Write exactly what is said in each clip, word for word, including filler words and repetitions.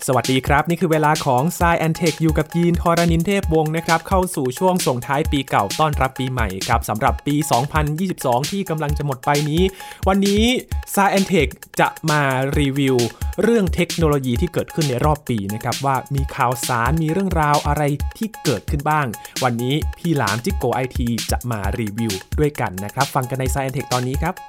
สวัสดีครับนี่คือเวลาของ Science แอนด์ Tech อยู่กับยีนทรณินเทพวงศ์นะครับเข้าสู่ช่วงส่งท้ายปีเก่าต้อนรับปีใหม่ครับสำหรับปีสองพันยี่สิบสองที่กำลังจะหมดไปนี้วันนี้ Science แอนด์ Tech จะมารีวิวเรื่องเทคโนโลยีที่เกิดขึ้นในรอบปีนะครับว่ามีข่าวสารมีเรื่องราวอะไรที่เกิดขึ้นบ้างวันนี้พี่หลามจิกโก ไอ ที จะมารีวิวด้วยกันนะครับฟังกันใน Science แอนด์ Tech ตอนนี้ครับ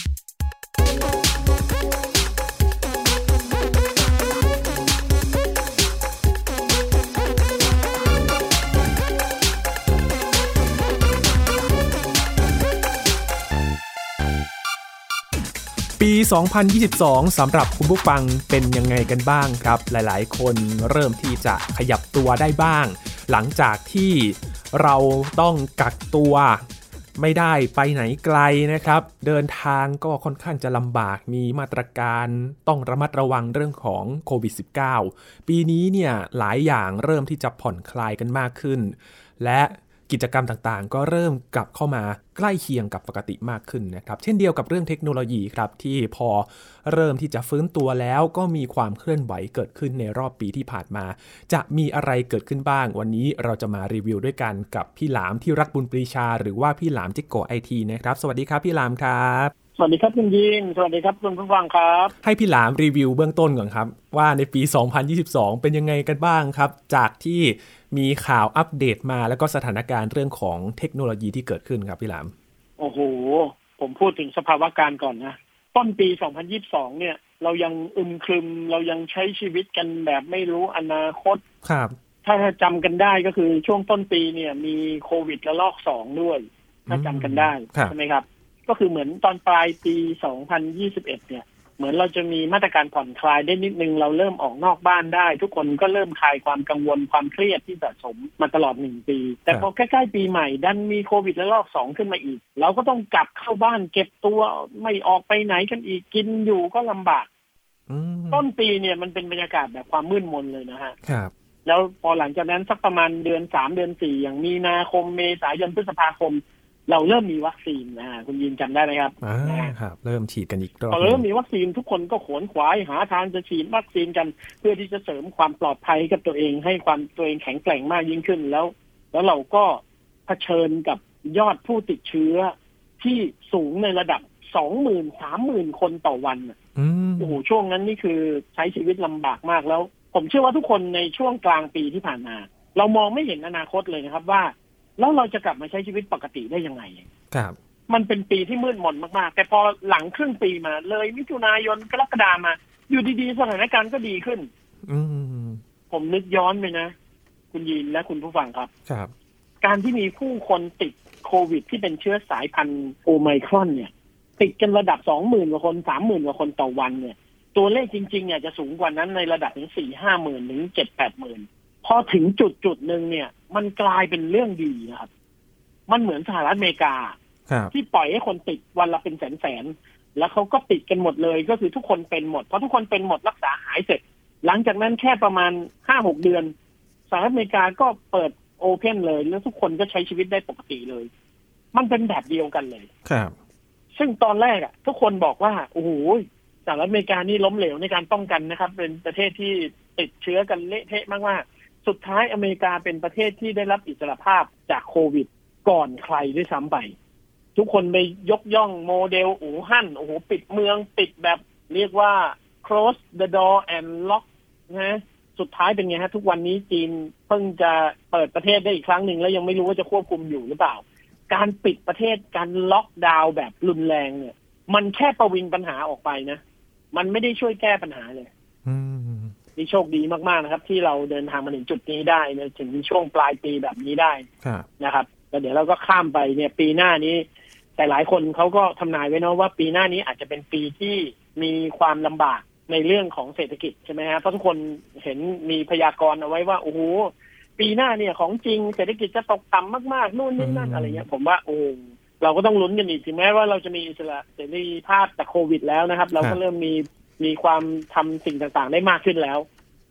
ปีสองพันยี่สิบสองสำหรับคุณผู้ฟังเป็นยังไงกันบ้างครับหลายๆคนเริ่มที่จะขยับตัวได้บ้างหลังจากที่เราต้องกักตัวไม่ได้ไปไหนไกลนะครับเดินทางก็ค่อนข้างจะลำบากมีมาตรการต้องระมัดระวังเรื่องของโควิด สิบเก้า ปีนี้เนี่ยหลายอย่างเริ่มที่จะผ่อนคลายกันมากขึ้นและกิจกรรมต่างๆก็เริ่มกลับเข้ามาใกล้เคียงกับปกติมากขึ้นนะครับเช่นเดียวกับเรื่องเทคโนโลยีครับที่พอเริ่มที่จะฟื้นตัวแล้วก็มีความเคลื่อนไหวเกิดขึ้นในรอบปีที่ผ่านมาจะมีอะไรเกิดขึ้นบ้างวันนี้เราจะมารีวิวด้วยกันกับพี่หลามที่รักบุญปรีชาหรือว่าพี่หลามจิกโก ไอ ที นะครับสวัสดีครับพี่หลามครับสวัสดีครับคุณยินสวัสดีครับคุณผู้ฟังครับให้พี่หลามรีวิวเบื้องต้นก่อนครับว่าในปีสองพันยี่สิบสองเป็นยังไงกันบ้างครับจากที่มีข่าวอัปเดตมาแล้วก็สถานการณ์เรื่องของเทคโนโลยีที่เกิดขึ้นครับพี่หลามโอ้โหผมพูดถึงสภาวะการก่อนนะต้นปีสองพันยี่สิบสองเนี่ยเรายังอึมครึมเรายังใช้ชีวิตกันแบบไม่รู้อนาคตครับถ้าจำกันได้ก็คือช่วงต้นปีเนี่ยมีโควิดระลอกสองด้วยถ้าจำกันได้ใช่ไหมครับก็คือเหมือนตอนปลายปีสองพันยี่สิบเอ็ดเนี่ยเหมือนเราจะมีมาตรการผ่อนคลายได้นิดนึงเราเริ่มออกนอกบ้านได้ทุกคนก็เริ่มคลายความกังวลความเครียดที่สะสมมาตลอดหนึ่งปีแต่พอใกล้ๆปีใหม่ดันมีโควิดระลอกสองขึ้นมาอีกเราก็ต้องกลับเข้าบ้านเก็บตัวไม่ออกไปไหนกันอีกกินอยู่ก็ลำบากต้นปีเนี่ยมันเป็นบรรยากาศแบบความมืดมนเลยนะฮะครับแล้วพอหลังจากนั้นสักประมาณเดือนสามเดือนสี่อย่างมีนาคมเมษายนพฤษภาคมเราเริ่มมีวัคซีนนะคุณยินจำได้ไหมครับอ่าครับเริ่มฉีดกันอีกรอบพอเริ่มมีวัคซีนทุกคนก็ขวนขวายหาทางจะฉีดวัคซีนกันเพื่อที่จะเสริมความปลอดภัยกับตัวเองให้ความตัวเองแข็งแกร่งมากยิ่งขึ้นแล้วแล้วเราก็เผชิญกับยอดผู้ติดเชื้อที่สูงในระดับ สองหมื่น สามหมื่น คนต่อวันโอ้โหช่วงนั้นนี่คือใช้ชีวิตลำบากมากแล้วผมเชื่อว่าทุกคนในช่วงกลางปีที่ผ่านมาเรามองไม่เห็นอนาคตเลยนะครับว่าแล้วเราจะกลับมาใช้ชีวิตปกติได้ยังไงครับมันเป็นปีที่มืดมนมากๆแต่พอหลังครึ่งปีมาเลยมิถุนายนกรกฎามาอยู่ดีๆสถานการณ์ก็ดีขึ้นอืมผมนึกย้อนไปนะคุณยีนและคุณผู้ฟังครับครับการที่มีผู้คนติดโควิดที่เป็นเชื้อสายพันธุ์โอไมครอนเนี่ยติดกันระดับ สองหมื่น กว่าคน สามหมื่น กว่าคนต่อวันเนี่ยตัวเลขจริงๆเนี่ยจะสูงกว่านั้นในระดับถึง สี่ห้าหมื่น ถึง เจ็ดแปดหมื่นพอถึงจุดๆนึงเนี่ยมันกลายเป็นเรื่องดีนะครับมันเหมือนสหรัฐอเมริกาที่ปล่อยให้คนติดวันละเป็นแสนๆแล้วเขาก็ติดกันหมดเลยก็คือทุกคนเป็นหมดเพราะทุกคนเป็นหมดรักษาหายเสร็จหลังจากนั้นแค่ประมาณ ห้าหก เดือนสหรัฐอเมริกาก็เปิดโอเพ่นเลยแล้วทุกคนก็ใช้ชีวิตได้ปกติเลยมันเป็นแบบเดียวกันเลยครับซึ่งตอนแรกอ่ะทุกคนบอกว่าโอ้โหสหรัฐอเมริกานี่ล้มเหลวในการป้องกันนะครับเป็นประเทศที่ติดเชื้อกันเละเทะมากๆสุดท้ายอเมริกาเป็นประเทศที่ได้รับอิสรภาพจากโควิดก่อนใครด้วยซ้ำไปทุกคนไปยกย่องโมเดลอู่ฮั่นโอ้โหปิดเมืองปิดแบบเรียกว่า close the door and lock นะสุดท้ายเป็นไงฮะทุกวันนี้จีนเพิ่งจะเปิดประเทศได้อีกครั้งหนึ่งแล้วยังไม่รู้ว่าจะควบคุมอยู่หรือเปล่าการปิดประเทศการล็อกดาวน์แบบรุนแรงเนี่ยมันแค่ประวิงปัญหาออกไปนะมันไม่ได้ช่วยแก้ปัญหาเลยนี่โชคดีมากๆนะครับที่เราเดินทางมาถึงจุดนี้ได้นะถึงช่วงปลายปีแบบนี้ได้นะครับแล้วเดี๋ยวเราก็ข้ามไปเนี่ยปีหน้านี้แต่หลายคนเขาก็ทำนายไว้นะว่าปีหน้านี้อาจจะเป็นปีที่มีความลำบากในเรื่องของเศรษฐกิจใช่ไหมฮะเพราะทุกคนเห็นมีพยากรณ์เอาไว้ว่าโอ้โหปีหน้าเนี่ยของจริงเศรษฐกิจจะตกต่ำมากๆนู่นนี่นั่นอะไรเงี้ยผมว่าโอ้เราก็ต้องลุ้นกันอีกถึงแม้ว่าเราจะมีอิสระเสรีภาพจากโควิดแล้วนะครับเราก็เริ่มมีมีความทำสิ่งต่างๆได้มากขึ้นแล้ว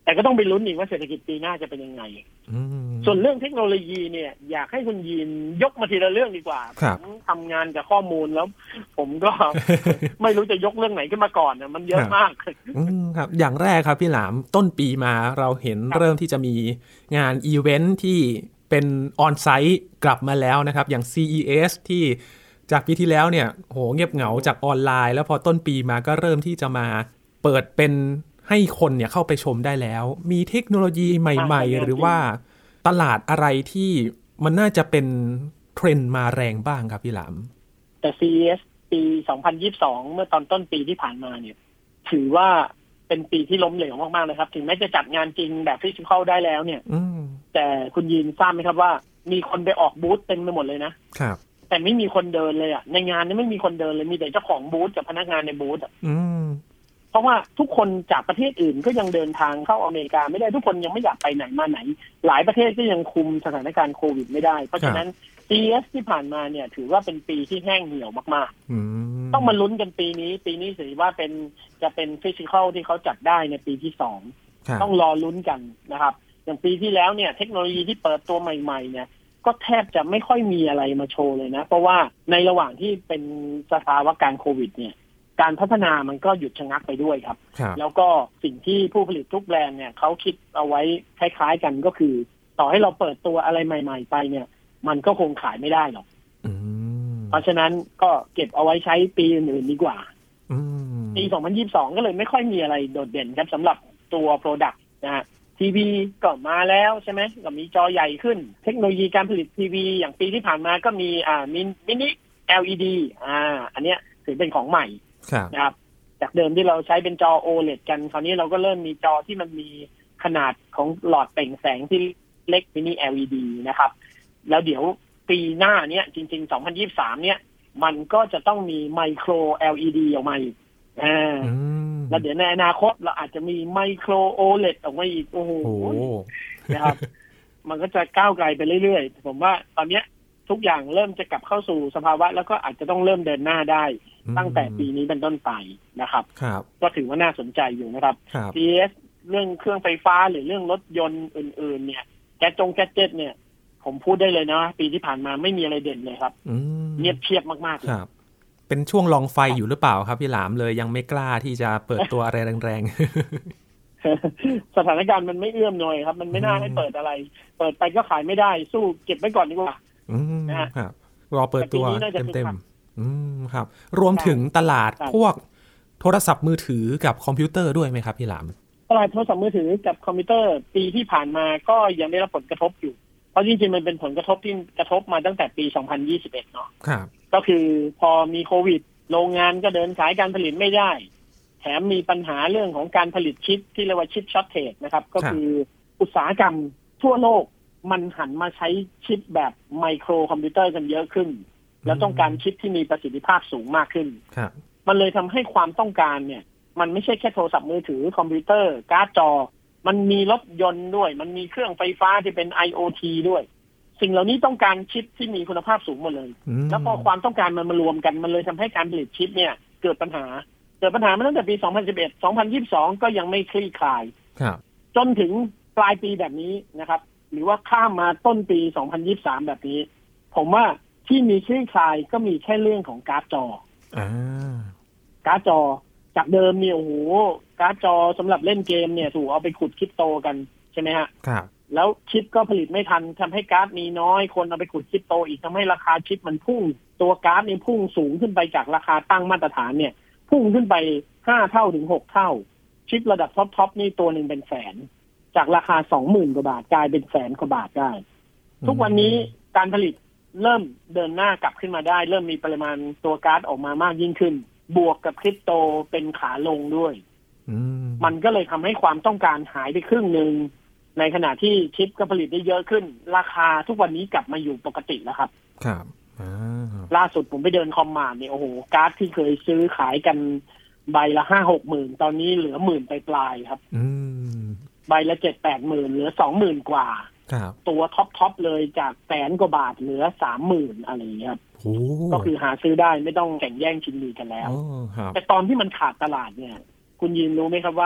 แต่ก็ต้องไปลุ้นอีกว่าเศรษฐกิจปีหน้าจะเป็นยังไงส่วนเรื่องเทคโนโลยีเนี่ยอยากให้คุณยีนยกมาทีละเรื่องดีกว่าผมทำงานกับข้อมูลแล้วผมก็ ไม่รู้จะยกเรื่องไหนขึ้นมาก่อนนะมันเยอะมากครับอย่างแรกครับพี่หลามต้นปีมาเราเห็นเริ่มที่จะมีงานอีเวนท์ที่เป็นออนไซต์กลับมาแล้วนะครับอย่าง ซี อี เอส ที่จากปีที่แล้วเนี่ยโหเงียบเหงาจากออนไลน์แล้วพอต้นปีมาก็เริ่มที่จะมาเปิดเป็นให้คนเนี่ยเข้าไปชมได้แล้วมีเทคโนโลยีใหม่ๆหรือว่าตลาดอะไรที่มันน่าจะเป็นเทรนด์มาแรงบ้างครับพี่หลามแต่ ซี อี เอส ปีสองพันยี่สิบสองเมื่อตอนต้นปีที่ผ่านมาเนี่ยถือว่าเป็นปีที่ล้มเหลวมากๆเลยครับถึงแม้จะจัดงานจริงแบบฟิสิคอลได้แล้วเนี่ยแต่คุณยินทราบไหมครับว่ามีคนไปออกบูธเต็มไปหมดเลยนะครับแต่ไม่มีคนเดินเลยอ่ะในงานนี้ไม่มีคนเดินเลยมีแต่เจ้าของบูธกับพนักงานในบูธอ่ะเพราะว่าทุกคนจากประเทศอื่นก็ยังเดินทางเข้าอเมริกาไม่ได้ทุกคนยังไม่อยากไปไหนมาไหนหลายประเทศก็ยังคุมสถานการณ์โควิดไม่ได้เพราะฉะนั้น ซี อี เอส ที่ผ่านมาเนี่ยถือว่าเป็นปีที่แห้งเหี่ยวมากๆต้องมาลุ้นกันปีนี้ปีนี้ถือว่าเป็นจะเป็นฟิสิคอลที่เขาจัดได้ในปีที่สองต้องรอลุ้นกันนะครับอย่างปีที่แล้วเนี่ยเทคโนโลยีที่เปิดตัวใหม่ๆเนี่ยก็แทบจะไม่ค่อยมีอะไรมาโชว์เลยนะเพราะว่าในระหว่างที่เป็นสภาวะการโควิดเนี่ยการพัฒนามันก็หยุดชะงักไปด้วยครับแล้วก็สิ่งที่ผู้ผลิตทุกแบรนด์เนี่ยเขาคิดเอาไว้คล้ายๆกันก็คือต่อให้เราเปิดตัวอะไรใหม่ๆไปเนี่ยมันก็คงขายไม่ได้หรอกเพราะฉะนั้นก็เก็บเอาไว้ใช้ปีอื่นๆดีกว่าปีสองพันยี่สิบสองก็เลยไม่ค่อยมีอะไรโดดเด่นครับสำหรับตัว product นะฮะทีวีก็มาแล้วใช่ไหมก็มีจอใหญ่ขึ้นเทคโนโลยีการผลิตทีวีอย่างปีที่ผ่านมาก็มีอ่ามินิ แอล อี ดี อ่าอันเนี้ยถือเป็นของใหม่นะครับจากเดิมที่เราใช้เป็นจอ โอ แอล อี ดี กันคราวนี้เราก็เริ่มมีจอที่มันมีขนาดของหลอดเปล่งแสงที่เล็กมินิ แอล อี ดี นะครับแล้วเดี๋ยวปีหน้าเนี้ยจริงๆสองพันยี่สิบสามเนี้ยมันก็จะต้องมีไมโคร แอล อี ดี ออกมาอีกอ่าแล้วเดี๋ยวในอนาคตเราอาจจะมีไมโคร โอ แอล อี ดี ออกมาอีกโอ้โหนะครับมันก็จะก้าวไกลไปเรื่อยๆผมว่าตอนเนี้ยทุกอย่างเริ่มจะกลับเข้าสู่สภาวะแล้วก็อาจจะต้องเริ่มเดินหน้าได้ตั้งแต่ปีนี้เป็นต้นไปนะครับก็ถือว่าน่าสนใจอยู่นะครับ ซี อี เอส เรื่องเครื่องไฟฟ้าหรือเรื่องรถยนต์อื่นๆเนี่ยแก๊สจงแก๊สเจ็ตเนี่ยผมพูดได้เลยนะปีที่ผ่านมาไม่มีอะไรเด่นเลยครับเงียบเชียบมากๆเลยเป็นช่วงลองไฟอยู่หรือเปล่าครับพี่หลามเลยยังไม่กล้าที่จะเปิดตัวอะไรแรงๆ สถานการณ์มันไม่เอื้อมหน่อยครับมันไม่น่าให้เปิดอะไรเปิดไปก็ขายไม่ได้สู้เก็บไว้ก่อนดีกว่านะครับรอเปิดตัวเต็มๆอืมครับรวมถึงตลาดพวกโทรศัพท์มือถือกับคอมพิวเตอร์ด้วยไหมครับพี่หลามตลาดโทรศัพท์มือถือกับคอมพิวเตอร์ปีที่ผ่านมาก็ยังได้รับผลกระทบอยู่เพราะจริงๆมันเป็นผลกระทบที่กระทบมาตั้งแต่ปีสองพันยี่สิบเอ็ดเนาะครับก็คือพอมีโควิดโรงงานก็เดินสายการผลิตไม่ได้แถมมีปัญหาเรื่องของการผลิตชิปที่เรียกว่าชิปช็อตเทจนะครับก็คืออุตสาหกรรมทั่วโลกมันหันมาใช้ชิปแบบไมโครคอมพิวเตอร์กันเยอะขึ้นแล้วต้องการชิปที่มีประสิทธิภาพสูงมากขึ้นมันเลยทำให้ความต้องการเนี่ยมันไม่ใช่แค่โทรศัพท์มือถือคอมพิวเตอร์การ์ดจอมันมีรถยนต์ด้วยมันมีเครื่องไฟฟ้าที่เป็น ไอ โอ ที ด้วยสิ่งเหล่านี้ต้องการชิปที่มีคุณภาพสูงหมดเลยแล้วพอความต้องการมันมารวมกันมันเลยทำให้การผลิตชิปเนี่ยเกิดปัญหาเกิดปัญหามาตั้งแต่ปีสองพันสิบเอ็ด สองพันยี่สิบสองก็ยังไม่คลี่คลายจนถึงปลายปีแบบนี้นะครับหรือว่าข้ามมาต้นปีสองพันยี่สิบสามแบบนี้ผมว่าที่มีคลี่คลายก็มีแค่เรื่องของการ์ดจอการ์ดจอจากเดิมเนี่ยโอ้โหการ์ดจอสำหรับเล่นเกมเนี่ยถูกเอาไปขุดคริปโตกันใช่ไหมฮะครับแล้วชิปก็ผลิตไม่ทันทำให้การ์ดมีน้อยคนเอาไปขุดคริปโตอีกทำให้ราคาชิปมันพุ่งตัวการ์ดเนี่ยพุ่งสูงขึ้นไปจากราคาตั้งมาตรฐานเนี่ยพุ่งขึ้นไปห้าเท่าถึงหกเท่าชิประดับท็อปๆนี่ตัวหนึ่งเป็นแสนจากราคา สองหมื่น กว่าบาทกลายเป็นแสนกว่าบาทได้ทุกวันนี้การผลิตเริ่มเดินหน้ากลับขึ้นมาได้เริ่มมีปริมาณตัวการ์ดออกมามากยิ่งขึ้นบวกกับคริปโตเป็นขาลงด้วยมันก็เลยทำให้ความต้องการหายไปครึ่งนึงในขณะที่ชิปก็ผลิตได้เยอะขึ้นราคาทุกวันนี้กลับมาอยู่ปกติแล้วครับครับล่าสุดผมไปเดินคอมมาร์ทเนี่ยโอ้โหการ์ดที่เคยซื้อขายกันใบละห้าหกหมื่นตอนนี้เหลือหมื่นปลายๆครับใบละเจ็ดแปดหมื่นเหลือสองหมื่นกว่าตัวท็อปท็อปเลยจากแสนกว่าบาทเหลือสามหมื่นอะไรอย่างเงี้ยครับก็คือหาซื้อได้ไม่ต้องแข่งแย่งชิงดีกันแล้วแต่ตอนที่มันขาดตลาดเนี่ยคุณยินรู้ไหมครับว่า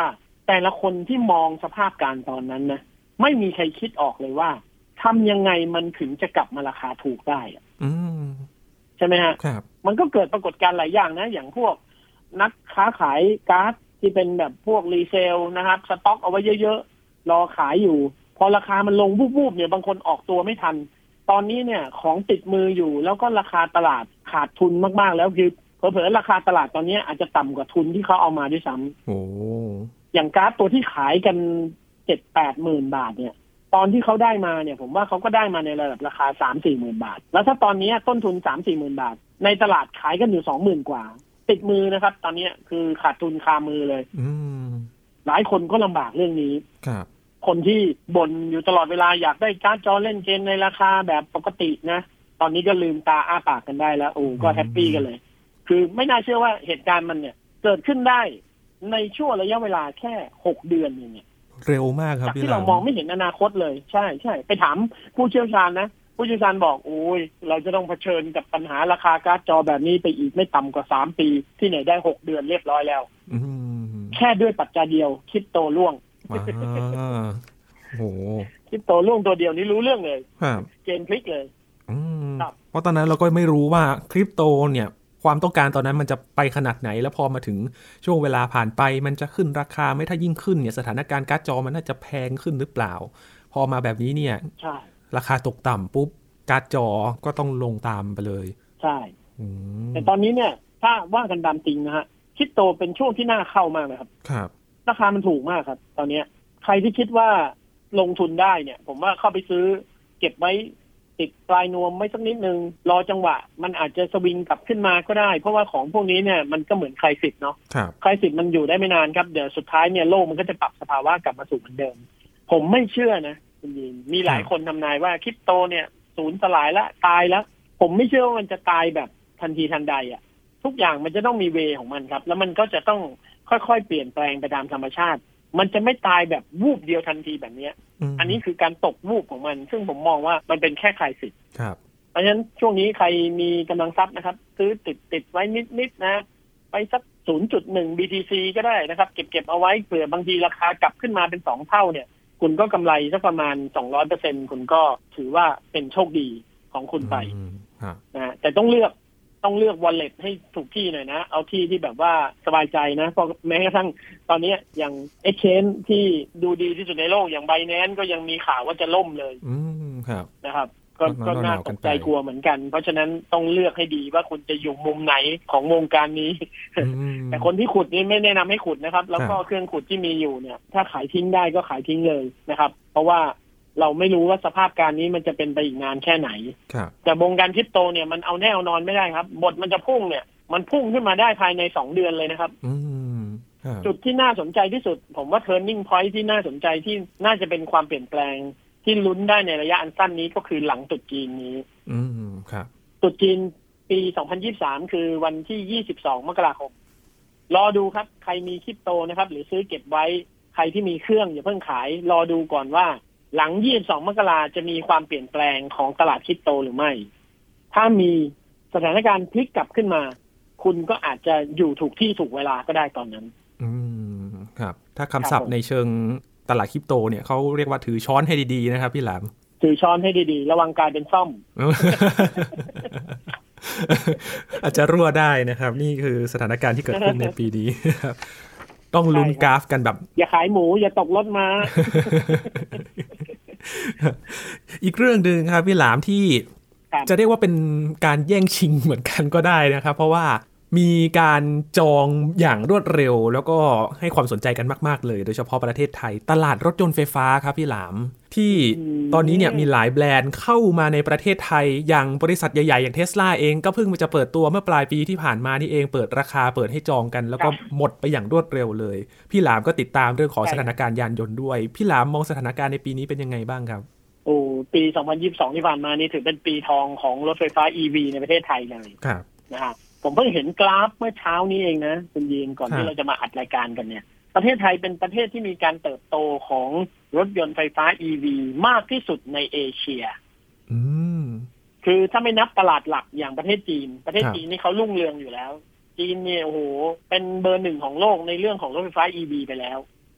แต่ละคนที่มองสภาพการตอนนั้นนะไม่มีใครคิดออกเลยว่าทำยังไงมันถึงจะกลับมาราคาถูกได้อะใช่ไหมฮะครับมันก็เกิดปรากฏการณ์หลายอย่างนะอย่างพวกนักค้าขายก๊าซที่เป็นแบบพวกรีเซลนะครับสต็อกเอาไว้เยอะๆรอขายอยู่พอราคามันลงวูบๆเนี่ยบางคนออกตัวไม่ทันตอนนี้เนี่ยของติดมืออยู่แล้วก็ราคาตลาดขาดทุนมากๆแล้วคือเผลอๆราคาตลาดตอนนี้อาจจะต่ำกว่าทุนที่เขาเอามาด้วยซ้ำโอ้อย่างก๊าซตัวที่ขายกันเจ็ดแปดหมื่นบาทเนี่ยตอนที่เขาได้มาเนี่ยผมว่าเขาก็ได้มาในระดับราคาสามสี่หมื่นบาทแล้วถ้าตอนนี้ต้นทุนสามสี่หมื่นบาทในตลาดขายกันอยู่สองหมื่นกว่าติดมือนะครับตอนนี้คือขาดทุนคามือเลยหลายคนก็ลำบากเรื่องนี้ครับคนที่บ่นอยู่ตลอดเวลาอยากได้การ์ดจอเล่นเกมในราคาแบบปกตินะตอนนี้ก็ลืมตาอ้าปากกันได้แล้วโอ้ก็แฮปปี้กันเลยคือไม่น่าเชื่อว่าเหตุการณ์มันเนี่ยเกิดขึ้นได้ในช่วงระยะเวลาแค่หกเดือนเนี่ยเร็วมากครับที่เรามองไม่เห็นอนาคตเลยใช่ใช่ไปถามผู้เชี่ยวชาญนะผู้เชี่ยวชาญบอกโอ้ยเราจะต้องเผชิญกับปัญหาราคาการ์ดจอแบบนี้ไปอีกไม่ต่ำกว่าสามปีที่ไหนได้หกเดือนเรียบร้อยแล้วแค่ด้วยปัจจัยเดียวคริปโตร่วงโอ้คริปโตร่วงตัวเดียวนี้รู้เรื่องเลยเกมพลิกเลยเพราะตอนนั้นเราก็ไม่รู้ว่าคริปโตเนี่ยความต้องการตอนนั้นมันจะไปขนาดไหนแล้วพอมาถึงช่วงเวลาผ่านไปมันจะขึ้นราคาไม่ถ้ายิ่งขึ้นเนี่ยสถานการณ์การ์ดจอมันน่าจะแพงขึ้นหรือเปล่าพอมาแบบนี้เนี่ยราคาตกต่ำปุ๊บการ์ดจอก็ต้องลงตามไปเลยใช่แต่ตอนนี้เนี่ยถ้าว่ากันตามจริงนะฮะคริปโตเป็นช่วงที่น่าเข้ามากเลยครับครับราคามันถูกมากครับตอนนี้ใครที่คิดว่าลงทุนได้เนี่ยผมว่าเข้าไปซื้อเก็บไว้ติดปลายนวมไม่สักนิดนึงรอจังหวะมันอาจจะสวิงกลับขึ้นมาก็ได้เพราะว่าของพวกนี้เนี่ยมันก็เหมือนไครซิสเนาะไครซิสมันอยู่ได้ไม่นานครับเดี๋ยวสุดท้ายเนี่ยโลกมันก็จะปรับสภาวะกลับมาสู่เหมือนเดิมผมไม่เชื่อนะคุณยินมีหลายคนทำนายว่าคริปโตเนี่ยสูญสลายละตายแล้วผมไม่เชื่อว่ามันจะตายแบบทันทีทันใดอ่ะทุกอย่างมันจะต้องมีเวของมันครับแล้วมันก็จะต้องค่อยๆเปลี่ยนแปลงไปตามธรรมชาติมันจะไม่ตายแบบวูบเดียวทันทีแบบนี้อันนี้คือการตกวูบของมันซึ่งผมมองว่ามันเป็นแค่ไครซิสเพราะฉะนั้นช่วงนี้ใครมีกำลังทรัพย์นะครับซื้อติดติดไว้นิดๆนะไปสัก ศูนย์จุดหนึ่ง บี ที ซี ก็ได้นะครับเก็บๆเอาไว้เผื่อบางทีราคากลับขึ้นมาเป็นสองเท่าเนี่ยคุณก็กำไรสักประมาณ สองร้อยเปอร์เซ็นต์ คุณก็ถือว่าเป็นโชคดีของคุณไปนะแต่ต้องเลือกต้องเลือก wallet ให้ถูกที่หน่อยนะเอาที่ที่แบบว่าสบายใจนะเพราะแม้กระทั่งตอนนี้อย่าง exchange ที่ดูดีที่สุดในโลกอย่าง Binance ก็ยังมีข่าวว่าจะล่มเลยอืมครับนะครับก็ก็น่าตกใจกลัวเหมือนกันเพราะฉะนั้นต้องเลือกให้ดีว่าคุณจะอยู่มุมไหนของวงการนี้แต่คนที่ขุดนี่ไม่แนะนำให้ขุดนะครับแล้วก็เครื่องขุดที่มีอยู่เนี่ยถ้าขายทิ้งได้ก็ขายทิ้งเลยนะครับเพราะว่าเราไม่รู้ว่าสภาพการนี้มันจะเป็นไปอีกนานแค่ไหนแต่วงการคริปโตเนี่ยมันเอาแน่เอานอนไม่ได้ครับบทมันจะพุ่งเนี่ยมันพุ่งขึ้นมาได้ภายในสองเดือนเลยนะครับจุดที่น่าสนใจที่สุดผมว่า turning point ที่น่าสนใจที่น่าจะเป็นความเปลี่ยนแปลงที่ลุ้นได้ในระยะอันสั้นนี้ก็คือหลังตรุษจีนนี้อืมครับตรุษจีนปีสองพันยี่สิบสามคือวันที่ยี่สิบสองมกราคมรอดูครับใครมีคริปโตนะครับหรือซื้อเก็บไว้ใครที่มีเครื่องอย่าเพิ่งขายรอดูก่อนว่าหลังยี่สิบสองมกราจะมีความเปลี่ยนแปลงของตลาดคริปโตหรือไม่ถ้ามีสถานการณ์พลิกกลับขึ้นมาคุณก็อาจจะอยู่ถูกที่ถูกเวลาก็ได้ตอนนั้นอืมครับถ้าคำศัพท์ในเชิงตลาดคริปโตเนี่ยเขาเรียกว่าถือช้อนให้ดีๆนะครับพี่หลามถือช้อนให้ดีๆระวังกลายเป็นซ่อมอาจจะรั่วได้นะครับนี่คือสถานการณ์ที่เกิดขึ้นในปีนี้ต้องลุ้นกราฟกันแบบอย่าขายหมูอย่าตกรถมาอีกเรื่องนึงครับพี่หลามที่จะเรียกว่าเป็นการแย่งชิงเหมือนกันก็ได้นะครับเพราะว่ามีการจองอย่างรวดเร็วแล้วก็ให้ความสนใจกันมากๆเลยโดยเฉพาะประเทศไทยตลาดรถยนต์ไฟฟ้าครับพี่หลามที่ตอนนี้เนี่ยมีหลายแบรนด์เข้ามาในประเทศไทยอย่างบริษัทใหญ่ๆอย่าง Tesla เองก็เพิ่งจะเปิดตัวเมื่อปลายปีที่ผ่านมานี่เองเปิดราคาเปิดให้จองกันแล้วก็หมดไปอย่างรวดเร็วเลยพี่หลามก็ติดตามเรื่องของสถานการณ์ยานยนต์ด้วยพี่หลามมองสถานการณ์ในปีนี้เป็นยังไงบ้างครับโอ้ปีสองพันยี่สิบสองที่ผ่านมานี่ถือเป็นปีทองของรถไฟฟ้า อี วี ในประเทศไทยเลยครับนะฮะผมเพิ่งเห็นกราฟเมื่อเช้านี้เองนะคุณยีนก่อนที่เราจะมาอัดรายการกันเนี่ยประเทศไทยเป็นประเทศที่มีการเติบโตของรถยนต์ไฟฟ้า อี วี มากที่สุดในเอเชียอืมคือถ้าไม่นับตลาดหลักอย่างประเทศจีนประเทศจีนนี่เขารุ่งเรืองอยู่แล้วจีนเนี่ยโอ้โหเป็นเบอร์หนึ่งของโลกในเรื่องของรถไฟฟ้า อี วี ไปแล้ว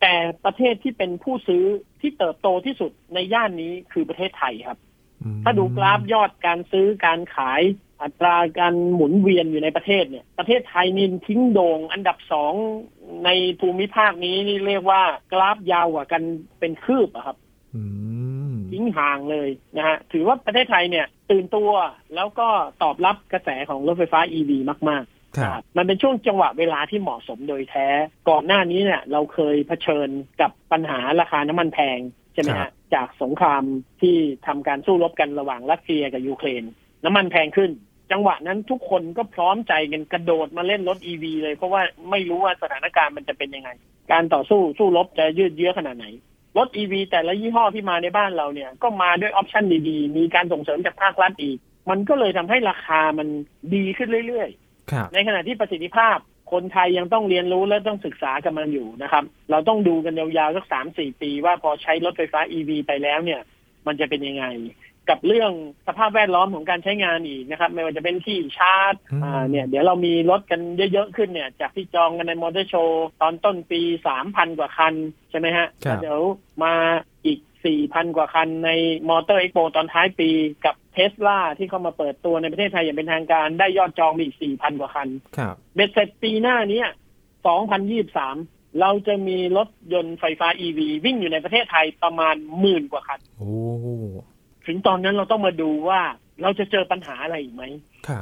แต่ประเทศที่เป็นผู้ซื้อที่เติบโตที่สุดในย่านนี้คือประเทศไทยครับถ้าดูกราฟยอดการซื้อการขายอัตราการหมุนเวียนอยู่ในประเทศเนี่ยประเทศไทยนี่ทิ้งโด่งอันดับสองในภูมิภาคนี้นี่เรียกว่ากราฟยาวกว่ากันเป็นคืบอะครับทิ้งห่างเลยนะฮะถือว่าประเทศไทยเนี่ยตื่นตัวแล้วก็ตอบรับกระแสของรถไฟฟ้า อี วี มากๆมันเป็นช่วงจังหวะเวลาที่เหมาะสมโดยแท้ก่อนหน้านี้เนี่ยเราเคยเผชิญกับปัญหาราคาน้ำมันแพงใช่ไหมฮะจากสงครามที่ทำการสู้รบกันระหว่างรัสเซียกับยูเครนน้ำมันแพงขึ้นจังหวะนั้นทุกคนก็พร้อมใจกันกระโดดมาเล่นรถ อี วี เลยเพราะว่าไม่รู้ว่าสถานการณ์มันจะเป็นยังไงการต่อสู้สู้รบจะยืดเยื้อขนาดไหนรถ อี วี แต่ละยี่ห้อที่มาในบ้านเราเนี่ยก็มาด้วยออปชั่นดีๆมีการส่งเสริมจากภาครัฐอีกมันก็เลยทำให้ราคามันดีขึ้นเรื่อยๆในขณะที่ประสิทธิภาพคนไทยยังต้องเรียนรู้และต้องศึกษากับมันอยู่นะครับเราต้องดูกันยาวๆสัก สามถึงสี่ ปีว่าพอใช้รถไฟฟ้า อี วี ไปแล้วเนี่ยมันจะเป็นยังไงกับเรื่องสภาพแวดล้อมของการใช้งานอีกนะครับไม่ว่าจะเป็นที่ชาร์จอ่าเนี่ยเดี๋ยวเรามีรถกันเยอะๆขึ้นเนี่ยจากที่จองกันในมอเตอร์โชว์ตอนต้นปี สามพัน กว่าคันใช่ไหมฮะเดี๋ยวมาอีก สี่พัน กว่าคันในมอเตอร์เอ็กโปตอนท้ายปีกับ Tesla ที่เข้ามาเปิดตัวในประเทศไทยอย่างเป็นทางการได้ยอดจองอีก สี่พัน กว่าคันครับเบ็ดเสร็จปีหน้านี้สองพันยี่สิบสามเราจะมีรถยนต์ไฟฟ้า อี วี วิ่งอยู่ในประเทศไทยประมาณหมื่นกว่าคันโอ้ถึงตอนนั้นเราต้องมาดูว่าเราจะเจอปัญหาอะไรอีกไหมครับ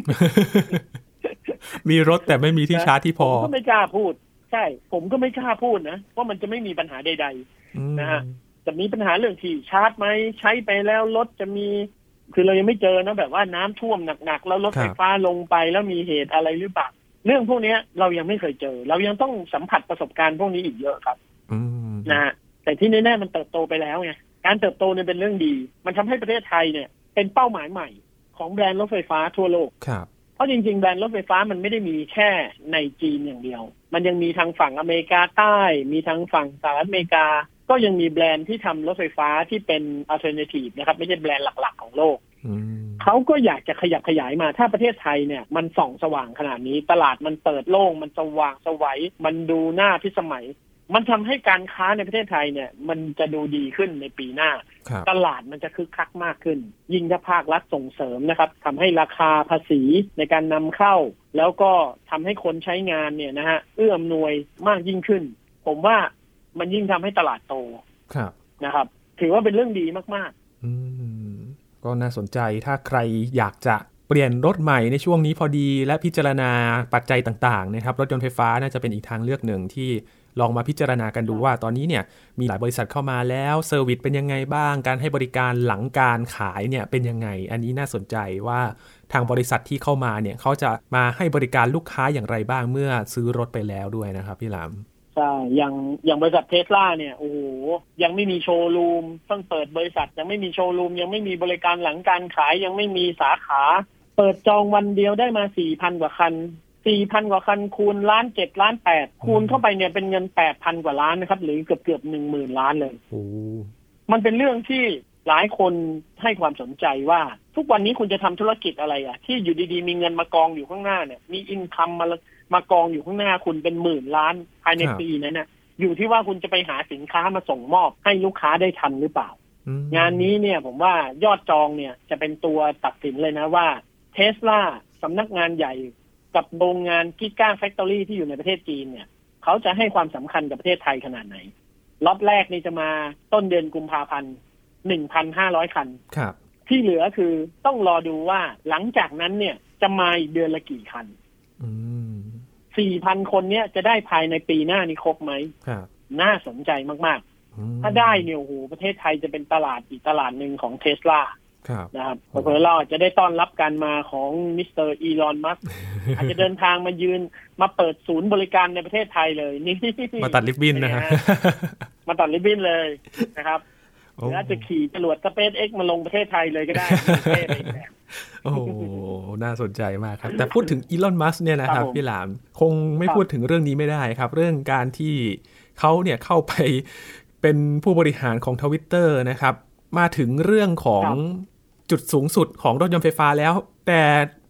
มีรถแต่ไม่มีที่ชาร์จที่พอผมก็ไม่กล้าพูดใช่ผมก็ไม่กล้าพูดนะว่ามันจะไม่มีปัญหาใดๆนะฮะจะมีปัญหาเรื่องที่ชาร์จไหมใช้ไปแล้วรถจะมีคือเรายังไม่เจอนะแบบว่าน้ำท่วมหนักๆแล้วรถไฟฟ้าลงไปแล้วมีเหตุอะไรหรือเปล่าเรื่องพวกนี้เรายังไม่เคยเจอเรายังต้องสัมผัสประสบการณ์พวกนี้อีกเยอะครับนะฮะแต่ที่แน่ๆมันเติบโตไปแล้วไงการเติบโตเนี่ยเป็นเรื่องดีมันทำให้ประเทศไทยเนี่ยเป็นเป้าหมายใหม่ของแบรนด์รถไฟฟ้าทั่วโลกครับเพราะจริงๆแบรนด์รถไฟฟ้ามันไม่ได้มีแค่ในจีนอย่างเดียวมันยังมีทางฝั่งอเมริกาใต้มีทางฝั่งสหรัฐอเมริกาก็ยังมีแบรนด์ที่ทำรถไฟฟ้าที่เป็น alternative นะครับไม่ใช่แบรนด์หลักๆของโลกเขาก็อยากจะขยับขยายมาถ้าประเทศไทยเนี่ยมันส่องสว่างขนาดนี้ตลาดมันเปิดโล่งมันสว่างสวัยมันดูน่าพิสมัยมันทำให้การค้าในประเทศไทยเนี่ยมันจะดูดีขึ้นในปีหน้าตลาดมันจะคึกคักมากขึ้นยิ่งถ้าภาครัฐส่งเสริมนะครับทำให้ราคาภาษีในการนำเข้าแล้วก็ทำให้คนใช้งานเนี่ยนะฮะเอื้ออำนวยมากยิ่งขึ้นผมว่ามันยิ่งทำให้ตลาดโตนะครับถือว่าเป็นเรื่องดีมากๆอืมก็น่าสนใจถ้าใครอยากจะเปลี่ยนรถใหม่ในช่วงนี้พอดีและพิจารณาปัจจัยต่างๆนะครับรถยนต์ไฟฟ้าน่าจะเป็นอีกทางเลือกหนึ่งที่ลองมาพิจารณากันดูว่าตอนนี้เนี่ยมีหลายบริษัทเข้ามาแล้วเซอร์วิสเป็นยังไงบ้างการให้บริการหลังการขายเนี่ยเป็นยังไงอันนี้น่าสนใจว่าทางบริษัทที่เข้ามาเนี่ยเขาจะมาให้บริการลูกค้าอย่างไรบ้างเมื่อซื้อรถไปแล้วด้วยนะครับพี่หลามใช่อย่างอย่างบริษัท Tesla เนี่ยโอ้โหยังไม่มีโชว์รูมเพิ่งเปิดบริษัทยังไม่มีโชว์รูมยังไม่มีบริการหลังการขายยังไม่มีสาขาเปิดจองวันเดียวได้มา สี่พัน กว่าคันสี่พัน กว่าคันคูณล้านเจ็ดล้านแปดคูณเข้าไปเนี่ยเป็นเงิน แปดพัน กว่าล้านนะครับหรือเกือบๆ หนึ่งหมื่น ล้านเลยโอ้มันเป็นเรื่องที่หลายคนให้ความสนใจว่าทุกวันนี้คุณจะทำธุรกิจอะไรอ่ะที่อยู่ดีๆมีเงินมากองอยู่ข้างหน้าเนี่ยมีอินคัมมามากองอยู่ข้างหน้าคุณเป็นหมื่นล้านภายในปีนั้นน่ะอยู่ที่ว่าคุณจะไปหาสินค้ามาส่งมอบให้ลูกค้าได้ทันหรือเปล่างานนี้เนี่ยผมว่ายอดจองเนี่ยจะเป็นตัวตัดสินเลยนะว่า Tesla สำนักงานใหญ่กับโรงงานกิก้าแฟคทอรี่ที่อยู่ในประเทศจีนเนี่ยเขาจะให้ความสำคัญกับประเทศไทยขนาดไหนล็อตแรกนี่จะมาต้นเดือนกุมภาพันธ์ หนึ่งพันห้าร้อย คันครับที่เหลือคือต้องรอดูว่าหลังจากนั้นเนี่ยจะมาอีกเดือนละกี่คันอืม สี่พัน คนเนี่ยจะได้ภายในปีหน้านี้ครบไหมครับน่าสนใจมากๆถ้าได้เนี่ยโอ้โหประเทศไทยจะเป็นตลาดอีกตลาดหนึ่งของ Teslaนะครับเพื่อเราจะได้ต้อนรับการมาของมิสเตอร์อีลอนมัสก์อาจจะเดินทางมายืนมาเปิดศูนย์บริการในประเทศไทยเลยนี่มาตัดริบบิ้นนะฮะมาตัดริบบิ้นเลยนะครับหรืออาจจะขี่จรวด SpaceX มาลงประเทศไทยเลยก็ได้โอ้โหน่าสนใจมากครับแต่พูดถึงอีลอนมัสก์เนี่ยนะครับพี่หลามคงไม่พูดถึงเรื่องนี้ไม่ได้ครับเรื่องการที่เขาเนี่ยเข้าไปเป็นผู้บริหารของ Twitter นะครับมาถึงเรื่องของจุดสูงสุดของรถยนต์ไฟฟ้าแล้วแต่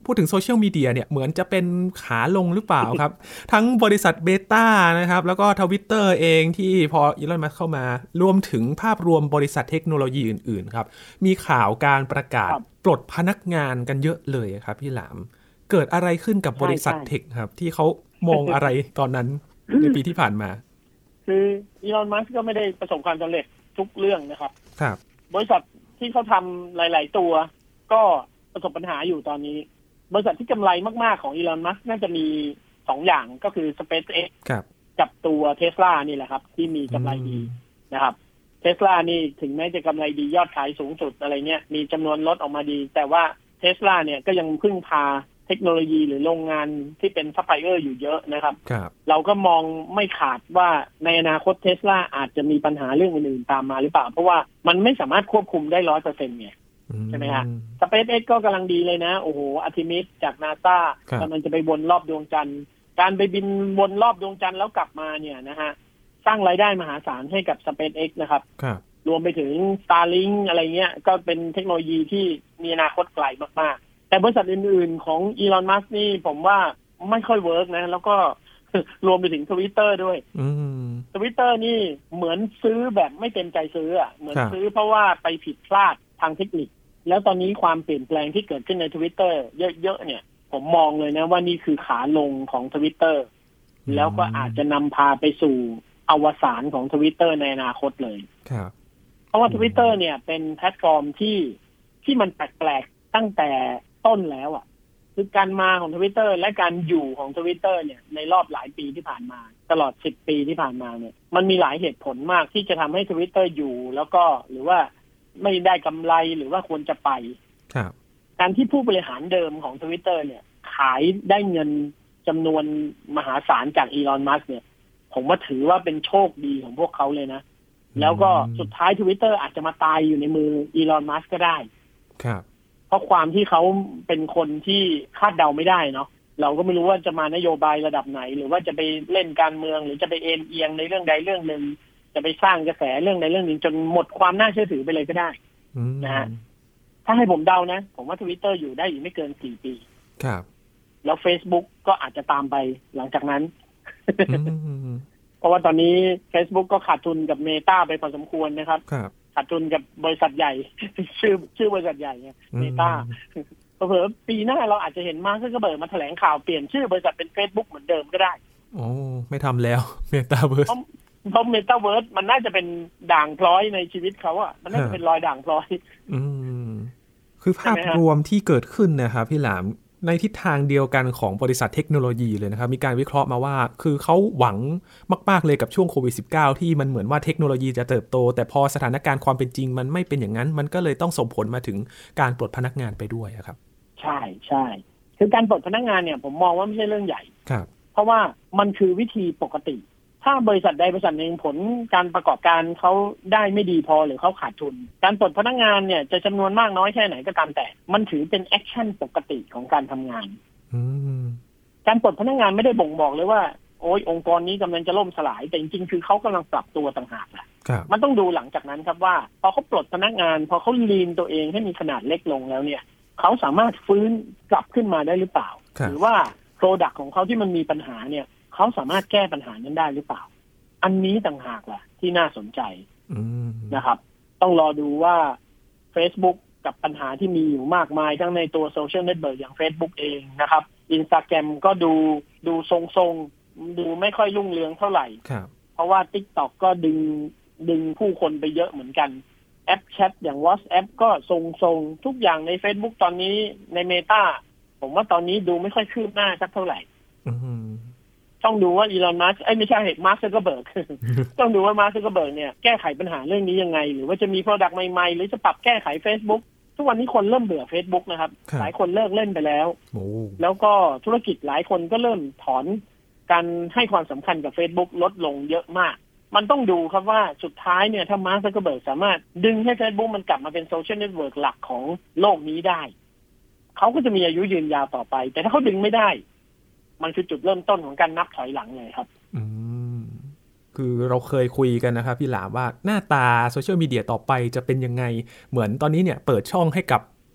พูดถึงโซเชียลมีเดียเนี่ยเหมือนจะเป็นขาลงหรือเปล่าครับ ทั้งบริษัทเบต้านะครับแล้วก็ Twitter เองที่พออีลอนมัสก์เข้ามารวมถึงภาพรวมบริษัทเทคโนโลยีอื่นๆครับมีข่าวการประกาศปลดพนักงานกันเยอะเลยครับพี่หลามเกิดอะไรขึ้นกับบริษัทเทคครับที่เขามองอะไรตอนนั้น ในปีที่ผ่านมาคืออีลอนมัสก์ก็ไม่ได้ประสบความสำเร็จทุกเรื่องนะครับครับบริษัทที่เขาทำหลายๆตัวก็ประสบปัญหาอยู่ตอนนี้บริษัทที่กำไรมากๆของอีลอนมัสก์น่าจะมีสองอย่างก็คือ SpaceX กับตัว Tesla นี่แหละครับที่มีกำไรดีนะครับ Tesla นี่ถึงแม้จะกำไรดียอดขายสูงสุดอะไรเงี้ยมีจำนวนรถออกมาดีแต่ว่า Tesla เนี่ยก็ยังพึ่งพาเทคโนโลยีหรือโรงงานที่เป็นซัพพลายเออร์อยู่เยอะนะครับเราก็มองไม่ขาดว่าในอนาคต Tesla อาจจะมีปัญหาเรื่องอื่นๆตามมาหรือเปล่าเพราะว่ามันไม่สามารถควบคุมได้ ร้อยเปอร์เซ็นต์ ไงใช่ไหมฮะ SpaceX ก็กำลังดีเลยนะโอ้โห Artemis จาก NASA กำลังจะไปวนรอบดวงจันทร์การไปบินวนรอบดวงจันทร์แล้วกลับมาเนี่ยนะฮะสร้างรายได้มหาศาลให้กับ SpaceX นะครับรวมไปถึง Starlink อะไรเงี้ยก็เป็นเทคโนโลยีที่มีอนาคตไกลมากๆแต่บริษัทอื่นๆของอีลอนมัสก์นี่ผมว่าไม่ค่อยเวิร์กนะแล้วก็รวมไปถึง Twitter ด้วย Twitter นี่เหมือนซื้อแบบไม่เต็มใจซื้ออ่ะเหมือนซื้อเพราะว่าไปผิดพลาดทางเทคนิคแล้วตอนนี้ความเปลี่ยนแปลงที่เกิดขึ้นใน Twitter เยอะๆเนี่ยผมมองเลยนะว่านี่คือขาลงของ Twitter แล้วก็อาจจะนำพาไปสู่อวสานของ Twitter ในอนาคตเลยครับเพราะว่า Twitter เนี่ยเป็นแพลตฟอร์มที่ที่มันแปลกๆตั้งแต่ต้นแล้วอ่ะคือการมาของ Twitter และการอยู่ของ Twitter เนี่ยในรอบหลายปีที่ผ่านมาตลอดสิบปีที่ผ่านมาเนี่ยมันมีหลายเหตุผลมากที่จะทำให้ Twitter อยู่แล้วก็หรือว่าไม่ได้กำไรหรือว่าควรจะไปครับการที่ผู้บริหารเดิมของ Twitter เนี่ยขายได้เงินจำนวนมหาศาลจากอีลอนมัสก์เนี่ยผมว่าถือว่าเป็นโชคดีของพวกเขาเลยนะแล้วก็สุดท้าย Twitter อาจจะมาตายอยู่ในมืออีลอนมัสก์ก็ได้ครับเพราะความที่เขาเป็นคนที่คาดเดาไม่ได้เนาะเราก็ไม่รู้ว่าจะมานโยบายระดับไหนหรือว่าจะไปเล่นการเมืองหรือจะไปเอ็นเอียงในเรื่องใดเรื่องหนึ่งจะไปสร้างกระแสเรื่องใดเรื่องหนึ่งจนหมดความน่าเชื่อถือไปเลยก็ได้นะฮะถ้าให้ผมเดานะผมว่า Twitter อยู่ได้อีกไม่เกินสี่ปีครับแล้ว Facebook ก็อาจจะตามไปหลังจากนั้น เพราะว่าตอนนี้ Facebook ก็ขาดทุนกับ Meta ไปพอสมควรนะครับขาดทุนกับบริษัทใหญ่ ชื่อชื่อบริษัทใหญ่เนี่ย Meta เผลอๆปีหน้าเราอาจจะเห็นมาร์ค ซักเคอร์เบิร์กมาแถลงข่าวเปลี่ยนชื่อบริษัทเป็น Facebook เหมือนเดิมก็ได้โอ้ไม่ทำแล้ว Metaverse เพราะ Metaverse มันน่าจะเป็นด่างพร้อยในชีวิตเขาอ่ะมันน่าจะเป็นรอยด่างพร้อยอืมคือภาพรวมที่เกิดขึ้นนะครับพี่หลามในทิศทางเดียวกันของบริษัทเทคโนโลยีเลยนะครับมีการวิเคราะห์มาว่าคือเขาหวังมากๆเลยกับช่วงโควิด สิบเก้า ที่มันเหมือนว่าเทคโนโลยีจะเติบโตแต่พอสถานการณ์ความเป็นจริงมันไม่เป็นอย่างนั้นมันก็เลยต้องส่งผลมาถึงการปลดพนักงานไปด้วยครับใช่ใช่คือการปลดพนักงานเนี่ยผมมองว่าไม่ใช่เรื่องใหญ่ครับเพราะว่ามันคือวิธีปกติถ้าบริษัทใดบริษัทหนึ่งผลการประกอบการเขาได้ไม่ดีพอหรือเขาขาดทุนการปลดพนักงานเนี่ยจะจำนวนมากน้อยแค่ไหนก็ตามแต่มันถือเป็นแอคชั่นปกติของการทำงานการปลดพนักงานไม่ได้บ่งบอกเลยว่าโอ้ยองค์กรนี้กำลังจะล่มสลายแต่จริงๆคือเขากำลังปรับตัวต่างหากแหละมันต้องดูหลังจากนั้นครับว่าพอเขาปลดพนักงานพอเขาลีนตัวเองให้มีขนาดเล็กลงแล้วเนี่ยเขาสามารถฟื้นกลับขึ้นมาได้หรือเปล่าหรือว่าโปรดักต์ของเขาที่มันมีปัญหาเนี่ยเขาสามารถแก้ปัญหานั้นได้หรือเปล่าอันนี้ต่างหากล่ะที่น่าสนใจนะครับต้องรอดูว่า Facebook กับปัญหาที่มีอยู่มากมายทั้งในตัวโซเชียลเน็ตเวิร์กอย่าง Facebook เองนะครับ Instagram ก็ดูดูทรงๆดูไม่ค่อยรุ่งเรืองเท่าไหร่เพราะว่า TikTok ก็ดึงดึงผู้คนไปเยอะเหมือนกันแอปแชทอย่าง WhatsApp ก็ทรงๆทุกอย่างใน Facebook ตอนนี้ใน Meta ผมว่าตอนนี้ดูไม่ค่อยคืบหน้าสักเท่าไหร่ต้องดูว่าอีลอนมัสก์ไอ้ไม่ใช่มาร์ค ซักเคอร์เบิร์ก ต้องดูว่ามาร์ค ซักเคอร์เบิร์กเนี่ยแก้ไขปัญหาเรื่องนี้ยังไงหรือว่าจะมี product ใหม่ๆหรือจะปรับแก้ไข Facebook ทุกวันนี้คนเริ่มเบื่อ Facebook นะครับหลายคนเลิกเล่นไปแล้วแล้วก็ธุรกิจหลายคนก็เริ่มถอนการให้ความสำคัญกับ Facebook ลดลงเยอะมากมันต้องดูครับว่าสุดท้ายเนี่ยถ้ามาร์ค ซักเคอร์เบิร์กสามารถดึงให้ Facebook มันกลับมาเป็นโซเชียลเน็ตเวิร์กหลักของโลกนี้ได้เขาก็จะมีอายุยืนยาวต่อไปแต่ถ้าเขาดึงไม่ได้มันคือจุดเริ่มต้นของการนับถอยหลังเลยครับอืมคือเราเคยคุยกันนะครับพี่หลามว่าหน้าตาโซเชียลมีเดียต่อไปจะเป็นยังไงเหมือนตอนนี้เนี่ยเปิดช่องให้กับ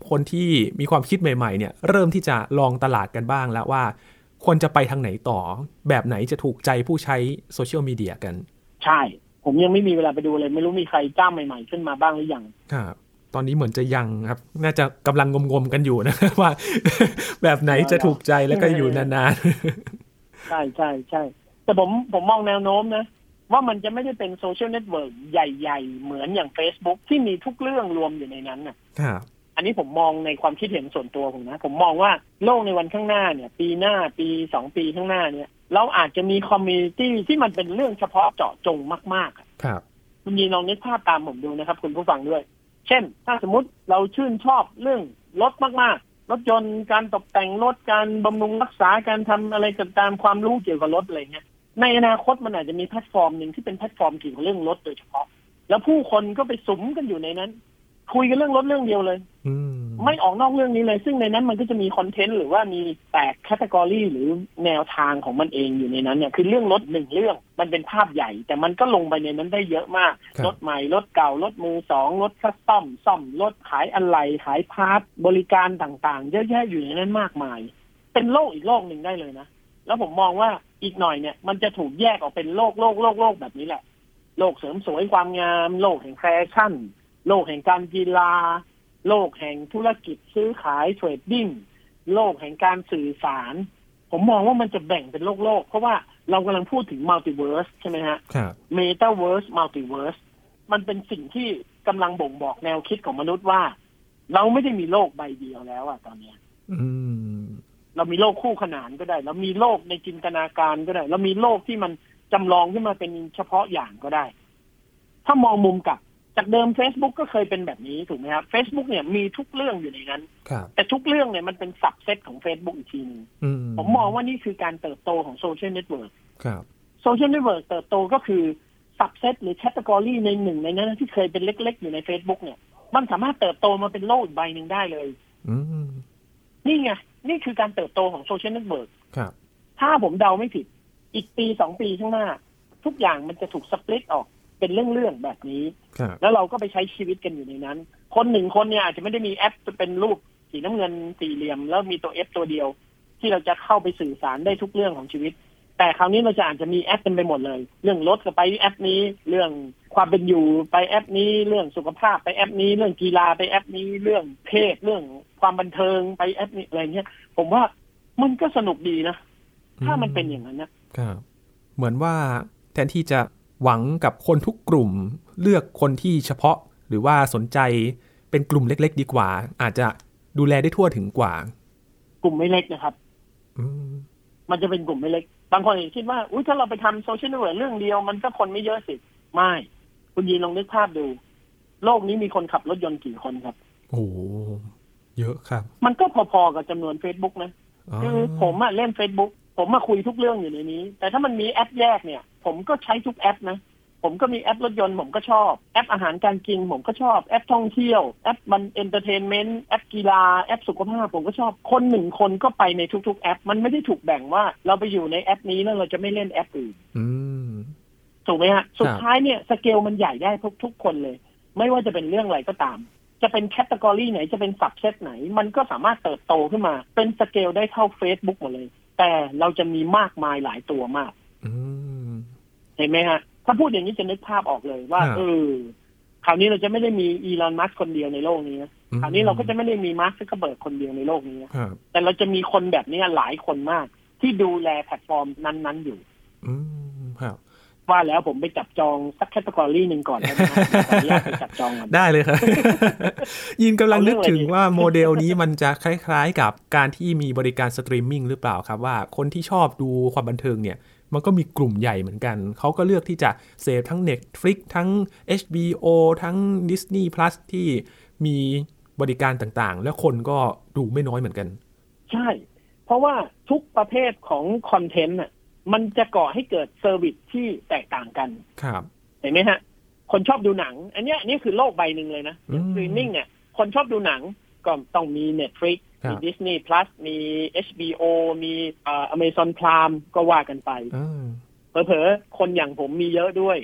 คนที่มีความคิดใหม่ๆเนี่ยเริ่มที่จะลองตลาดกันบ้างแล้วว่าควรจะไปทางไหนต่อแบบไหนจะถูกใจผู้ใช้โซเชียลมีเดียกันใช่ผมยังไม่มีเวลาไปดูเลยไม่รู้มีใครจ้าใหม่ๆขึ้นมาบ้างหรือยังครับตอนนี้เหมือนจะยังครับน่าจะกำลังงมๆกันอยู่นะว่าแบบไหนจะถูกใจแล้วก็อยู่นานๆใช่ใช่ใช่แต่ผมผมมองแนวโน้มนะว่ามันจะไม่ได้เป็นโซเชียลเน็ตเวิร์กใหญ่ๆเหมือนอย่าง Facebook ที่มีทุกเรื่องรวมอยู่ในนั้นนะครับอันนี้ผมมองในความคิดเห็นส่วนตัวผมนะผมมองว่าโลกในวันข้างหน้าเนี่ยปีหน้าปีสองปีข้างหน้าเนี่ยเราอาจจะมีคอมมูนิตี้ที่มันเป็นเรื่องเฉพาะเจาะจงมากๆครับคุณยีลองนึกภาพตามผมดูนะครับคุณผู้ฟังด้วยเช่นถ้าสมมุติเราชื่นชอบเรื่องรถมากๆรถยนต์การตกแต่งรถการบำรุงรักษาการทำอะไรตามความรู้เกี่ยวกับรถอะไรเงี้ยในอนาคตมันอาจจะมีแพลตฟอร์มหนึ่งที่เป็นแพลตฟอร์มเกี่ยวกับเรื่องรถโดยเฉพาะแล้วผู้คนก็ไปสุมกันอยู่ในนั้นคุยกันเรื่องรถเรื่องเดียวเลยไม่ออกนอกเรื่องนี้เลยซึ่งในนั้นมันก็จะมีคอนเทนต์หรือว่ามีแตกแคตตากรีหรือแนวทางของมันเองอยู่ในนั้นเนี่ยคือเรื่องรถหนึ่งเรื่องมันเป็นภาพใหญ่แต่มันก็ลงไปในนั้นได้เยอะมากรถใหม่รถเก่ารถมือสองรถคัสตอมซ่อมรถขายอะไหล่ขายพาร์ทบริการต่างๆเยอะแยะอยู่ในนั้นมากมายเป็นโลกอีกโลกหนึ่งได้เลยนะแล้วผมมองว่าอีกหน่อยเนี่ยมันจะถูกแยกออกเป็นโลกโลกโลกโลกแบบนี้แหละโลกเสริมสวยความงามโลกแห่งแฟชั่นโลกแห่งการกีฬาโลกแห่งธุรกิจซื้อขายเทรดดิ้งโลกแห่งการสื่อสารผมมองว่ามันจะแบ่งเป็นโลกโลกเพราะว่าเรากำลังพูดถึงมัลติเวิร์สใช่ไหมฮะเมตาเวิร์สมัลติเวิร์สมันเป็นสิ่งที่กำลังบ่งบอกแนวคิดของมนุษย์ว่าเราไม่ได้มีโลกใบเดียวแล้วอะตอนนี้เรามีโลกคู่ขนานก็ได้เรามีโลกในจินตนาการก็ได้เรามีโลกที่มันจำลองขึ้นมาเป็นเฉพาะอย่างก็ได้ถ้ามองมุมกลับจากเดิม Facebook ก็เคยเป็นแบบนี้ถูกไหมครับ Facebook เนี่ยมีทุกเรื่องอยู่ในนั้นแต่ทุกเรื่องเนี่ยมันเป็นซับเซตของ Facebook อีกทีนึงผมมองว่านี่คือการเติบโตของโซเชียลเน็ตเวิร์กโซเชียลเน็ตเวิร์กเติบโตก็คือซับเซตหรือแคตตากรีในหนึ่งในนั้นที่เคยเป็นเล็กๆอยู่ใน Facebook เนี่ยมันสามารถเติบโตมาเป็นโลกอีกใบนึงได้เลยนี่ไงนี่คือการเติบโตของโซเชียลเน็ตเวิร์กถ้าผมเดาไม่ผิดอีกปีสองปีข้างหน้าทุกอย่างมันจะถูกสปลิตออกเป็นเรื่องๆแบบนี้แล้วเราก็ไปใช้ชีวิตกันอยู่ในนั้นคนหนึ่งคนเนี่ยอาจจะไม่ได้มีแอปจะเป็นรูปสีน้ำเงินสี่เหลี่ยมแล้วมีตัว F ตัวเดียวที่เราจะเข้าไปสื่อสารได้ทุกเรื่องของชีวิตแต่คราวนี้เราจะอาจจะมีแอปเป็นไปหมดเลยเรื่องรถก็ไปแอปนี้เรื่องความเป็นอยู่ไปแอปนี้เรื่องสุขภาพไปแอปนี้เรื่องกีฬาไปแอปนี้เรื่องเพศเรื่องความบันเทิงไปแอปนี้อะไรเงี้ยผมว่ามันก็สนุกดีนะถ้ามันเป็นอย่างนั้นนะครับเหมือนว่าแทนที่จะหวังกับคนทุกกลุ่มเลือกคนที่เฉพาะหรือว่าสนใจเป็นกลุ่มเล็กๆดีกว่าอาจจะดูแลได้ทั่วถึงกว่ากลุ่มไม่เล็กนะครับมันจะเป็นกลุ่มไม่เล็กบางคนคิดว่าอุ๊ยถ้าเราไปทำโซเชียลเน็ตเวิร์กเรื่องเดียวมันก็คนไม่เยอะสิไม่คุณยีนลองนึกภาพดูโลกนี้มีคนขับรถยนต์กี่คนครับโอ้เยอะครับมันก็พอๆกับจำนวน Facebook นะคือผมอะเล่น Facebook ผมมาคุยทุกเรื่องอยู่ในนี้แต่ถ้ามันมีแอปแยกเนี่ยผมก็ใช้ทุกแอปนะผมก็มีแอปรถยนต์ผมก็ชอบแอปอาหารการกินผมก็ชอบแอปท่องเที่ยวแอปมันเอนเตอร์เทนเมนต์แอปกีฬาแอปสุขภาพผมก็ชอบคนหนึ่งคนก็ไปในทุกๆแอปมันไม่ได้ถูกแบ่งว่าเราไปอยู่ในแอปนี้แล้วเราจะไม่เล่นแอปอื่นถูกไหมฮะสุดท้ายเนี่ยสเกลมันใหญ่ได้ทุกทุกคนเลยไม่ว่าจะเป็นเรื่องอะไรก็ตามจะเป็นแคตตากรีไหนจะเป็นซับเซตไหนมันก็สามารถเติบโตขึ้นมาเป็นสเกลได้เท่า Facebook หมดเลยแต่เราจะมีมากมายหลายตัวมากเห็นไหมฮะถ้าพูดอย่างนี้จะนึกภาพออกเลยว่าเออคราวนี้เราจะไม่ได้มีอีลอนมัสก์คนเดียวในโลกนี้นะคราวนี้เราก็จะไม่ได้มีมาร์คซักเคอร์เบิร์กคนเดียวในโลกนี้แต่เราจะมีคนแบบนี้หลายคนมากที่ดูแลแพลตฟอร์มนั้นๆอยู่ว่าแล้วผมไปจับจองสักแคตตากรีหนึ่งก่อนนะขออนุญาตไปจับจองได้เลยครับยินกำลังนึกถึงว่าโมเดลนี้มันจะคล้ายๆกับการที่มีบริการสตรีมมิ่งหรือเปล่าครับว่าคนที่ชอบดูความบันเทิงเนี่ยมันก็มีกลุ่มใหญ่เหมือนกันเขาก็เลือกที่จะเสพทั้ง Netflix ทั้ง เอช บี โอ ทั้ง Disney Plus ที่มีบริการต่างๆแล้วคนก็ดูไม่น้อยเหมือนกันใช่เพราะว่าทุกประเภทของคอนเทนต์น่ะมันจะก่อให้เกิดเซอร์วิสที่แตกต่างกันครับเห็นไหมฮะคนชอบดูหนังอันนี้นี่คือโลกใบหนึ่งเลยนะสตรีมมิ่งเนี่ยคนชอบดูหนังก็ต้องมี Netflix มี Disney Plus มี เอช บี โอ มีอ่า Amazon Prime ก็ว่ากันไปเผลอๆคนอย่างผมมีเยอะด้วย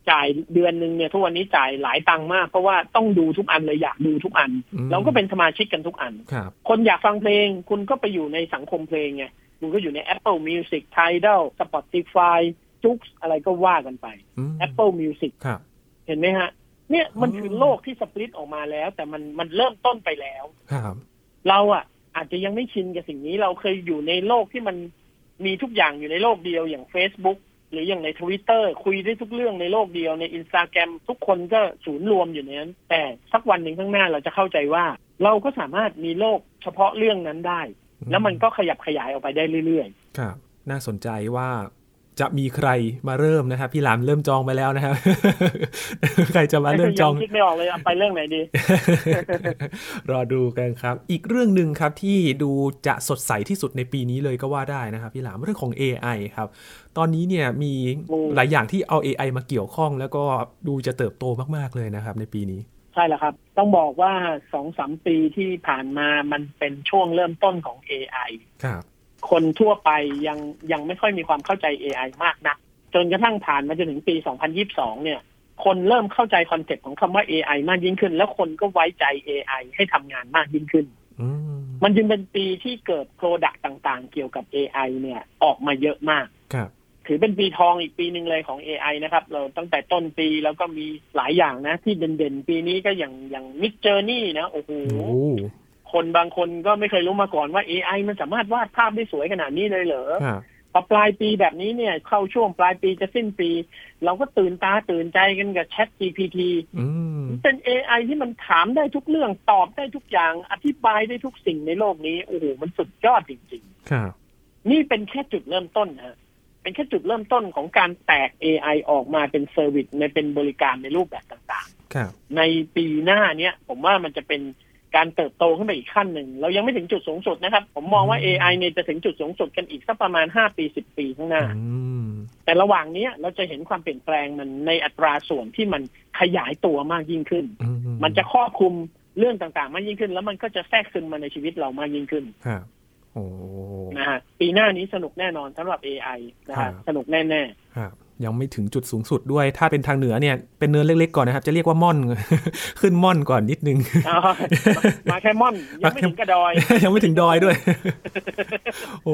จ่ายเดือนนึงเนี่ยทุกวันนี้จ่ายหลายตังค์มากเพราะว่าต้องดูทุกอันเลยอยากดูทุกอันเราก็เป็นสมาชิกกันทุกอันคนอยากฟังเพลงคุณก็ไปอยู่ในสังคมเพลงไงคุณก็อยู่ใน Apple Music Tidal Spotify จุ๊กอะไรก็ว่ากันไป Apple Music เห็นไหมฮะเนี่ยมันคือโลกที่สปลิตออกมาแล้วแต่มันมันเริ่มต้นไปแล้วเราอ่ะอาจจะยังไม่ชินกับสิ่งนี้เราเคยอยู่ในโลกที่มันมีทุกอย่างอยู่ในโลกเดียวอย่าง Facebook หรืออย่างใน Twitter คุยได้ทุกเรื่องในโลกเดียวใน Instagram ทุกคนก็ศูนย์รวมอยู่ในนั้นแต่สักวันหนึ่งข้างหน้าเราจะเข้าใจว่าเราก็สามารถมีโลกเฉพาะเรื่องนั้นได้แล้วมันก็ขยับขยายออกไปได้เรื่อยๆครับน่าสนใจว่าจะมีใครมาเริ่มนะครับพี่หลามเริ่มจองไปแล้วนะครับ ใครจะมาเริ่มจองคิดไม่ออกเลยเอาไปเรื่องไหนดีรอดูกันครับอีกเรื่องนึงครับที่ดูจะสดใสที่สุดในปีนี้เลยก็ว่าได้นะครับพี่หลามเรื่องของ เอ ไอ ครับตอนนี้เนี่ยมีหลายอย่างที่เอา เอ ไอ มาเกี่ยวข้องแล้วก็ดูจะเติบโตมากๆเลยนะครับในปีนี้ใช่แล้วครับต้องบอกว่า สองถึงสาม ปีที่ผ่านมามันเป็นช่วงเริ่มต้นของ เอ ไอครับคนทั่วไปยังยังไม่ค่อยมีความเข้าใจ เอ ไอ มากนักจนกระทั่งผ่านมาจนถึงปีสองพันยี่สิบสองเนี่ยคนเริ่มเข้าใจคอนเซ็ปต์ของคำว่า เอ ไอ มากยิ่งขึ้นแล้วคนก็ไว้ใจ เอ ไอ ให้ทำงานมากยิ่งขึ้นมันจึงเป็นปีที่เกิดโปรดักต์ต่างๆเกี่ยวกับ เอ ไอ เนี่ยออกมาเยอะมากครับถือเป็นปีทองอีกปีนึงเลยของ เอ ไอ นะครับเราตั้งแต่ต้นปีแล้วก็มีหลายอย่างนะที่เด่นๆปีนี้ก็อย่างอย่าง Midjourney นะโอ้โหคนบางคนก็ไม่เคยรู้มาก่อนว่า เอ ไอ มันสามารถวาดภาพได้สวยขนาดนี้เลยเหรอพอปลายปีแบบนี้เนี่ยเข้าช่วงปลายปีจะสิ้นปีเราก็ตื่นตาตื่นใจกันกับ Chat จี พี ที เป็น เอ ไอ ที่มันถามได้ทุกเรื่องตอบได้ทุกอย่างอธิบายได้ทุกสิ่งในโลกนี้โอ้โหมันสุดยอดจริงๆนี่เป็นแค่จุดเริ่มต้นฮะเป็นแค่จุดเริ่มต้นของการแตก เอ ไอ ออกมาเป็นเซอร์วิสในเป็นบริการในรูปแบบต่างๆในปีหน้าเนี้ยผมว่ามันจะเป็นการเติบโตขึ้นไปอีกขั้นหนึ่งเรายังไม่ถึงจุดสูงสุดนะครับผมมองว่า เอ ไอ เนี่ยจะถึงจุดสูงสุดกันอีกสักประมาณห้าปีสิบปีข้างหน้าแต่ระหว่างนี้เราจะเห็นความเปลี่ยนแปลงมันในอัตราส่วนที่มันขยายตัวมากยิ่งขึ้นมันจะครอบคลุมเรื่องต่างๆมากยิ่งขึ้นแล้วมันก็จะแทรกซึมมาในชีวิตเรามากยิ่งขึ้นนะฮะปีหน้านี้สนุกแน่นอนสำหรับ เอ ไอ นะฮะสนุกแน่ๆยังไม่ถึงจุดสูงสุดด้วยถ้าเป็นทางเหนือเนี่ยเป็นเนินเล็กๆก่อนนะครับจะเรียกว่าม่อนขึ้นม่อนก่อนนิดนึงมาแค่ม่อนยังไม่ถึงกระดอยยังไม่ถึงดอยด้วยโอ้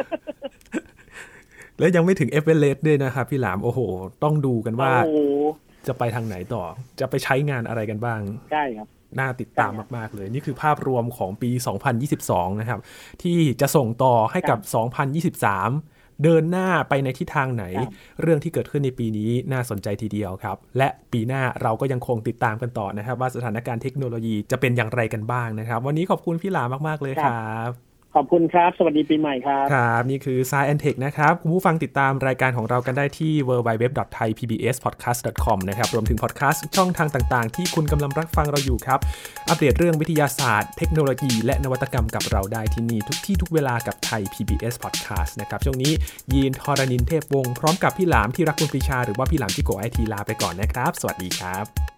แล้วยังไม่ถึงเอเวอเรสต์ด้วยนะครับพี่หลามโอ้โหต้องดูกันว่าจะไปทางไหนต่อจะไปใช้งานอะไรกันบ้างใช่ครับน่าติดตามมากๆเลยนี่คือภาพรวมของปีสองพันยี่สิบสองนะครับที่จะส่งต่อให้กับสองพันยี่สิบสามเดินหน้าไปในทิศทางไหนเรื่องที่เกิดขึ้นในปีนี้น่าสนใจทีเดียวครับและปีหน้าเราก็ยังคงติดตามกันต่อนะครับว่าสถานการณ์เทคโนโลยีจะเป็นอย่างไรกันบ้างนะครับวันนี้ขอบคุณพี่หลามากๆเลยครับขอบคุณครับสวัสดีปีใหม่ครับครับนี่คือ Science แอนด์ Tech นะครับคุณผู้ฟังติดตามรายการของเรากันได้ที่ ดับเบิลยู ดับเบิลยู ดับเบิลยู ดอท ไทย พี บี เอส พอดแคสต์ ดอท คอม นะครับรวมถึงพอดแคสต์ช่องทางต่างๆที่คุณกำลังรับฟังเราอยู่ครับอัปเดตเรื่องวิทยาศาสตร์เทคโนโลยีและนวัตกรรมกับเราได้ที่นี่ทุกที่ทุกเวลากับไทย พี บี เอส Podcast นะครับช่วงนี้ยีนทรณินเทพวงศ์พร้อมกับพี่หลามที่รักคุณปรีชาหรือว่าพี่หลามที่โกไอทีลาไปก่อนนะครับสวัสดีครับ